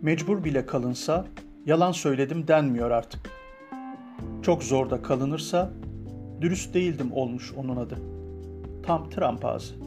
Mecbur bile kalınsa yalan söyledim denmiyor artık. Çok zor da kalınırsa dürüst değildim olmuş onun adı. Tam Trump ağzı.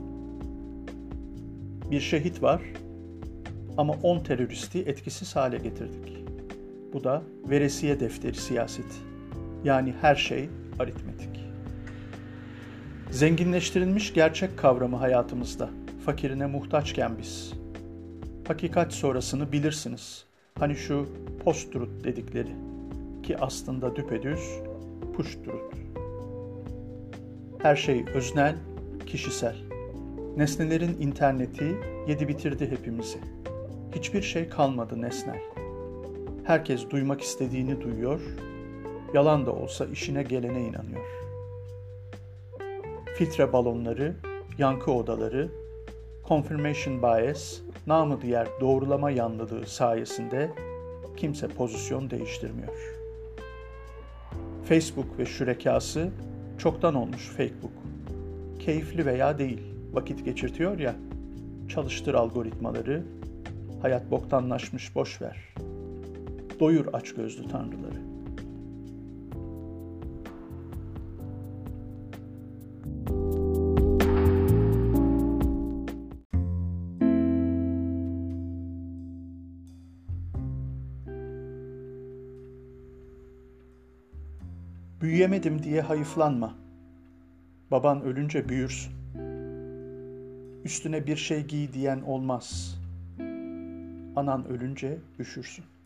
Bir şehit var ama 10 teröristi etkisiz hale getirdik. Bu da veresiye defteri siyaseti. Yani her şey aritmetik. Zenginleştirilmiş gerçek kavramı hayatımızda. Fakirine muhtaçken biz. Hakikat sonrasını bilirsiniz. Hani şu post-truth dedikleri. Ki aslında düpedüz push-truth. Her şey öznel, kişisel. Nesnelerin interneti yedi bitirdi hepimizi. Hiçbir şey kalmadı nesnel. Herkes duymak istediğini duyuyor, yalan da olsa işine gelene inanıyor. Filtre balonları, yankı odaları, confirmation bias, namı diğer doğrulama yanlılığı sayesinde kimse pozisyon değiştirmiyor. Facebook ve şürekası çoktan olmuş Facebook. Keyifli veya değil, vakit geçirtiyor ya, çalıştır algoritmaları, hayat boktanlaşmış boş ver. Doyur açgözlü tanrıları. Büyüyemedim diye hayıflanma. Baban ölünce büyürsün. Üstüne bir şey giy diyen olmaz. Anan ölünce üşürsün.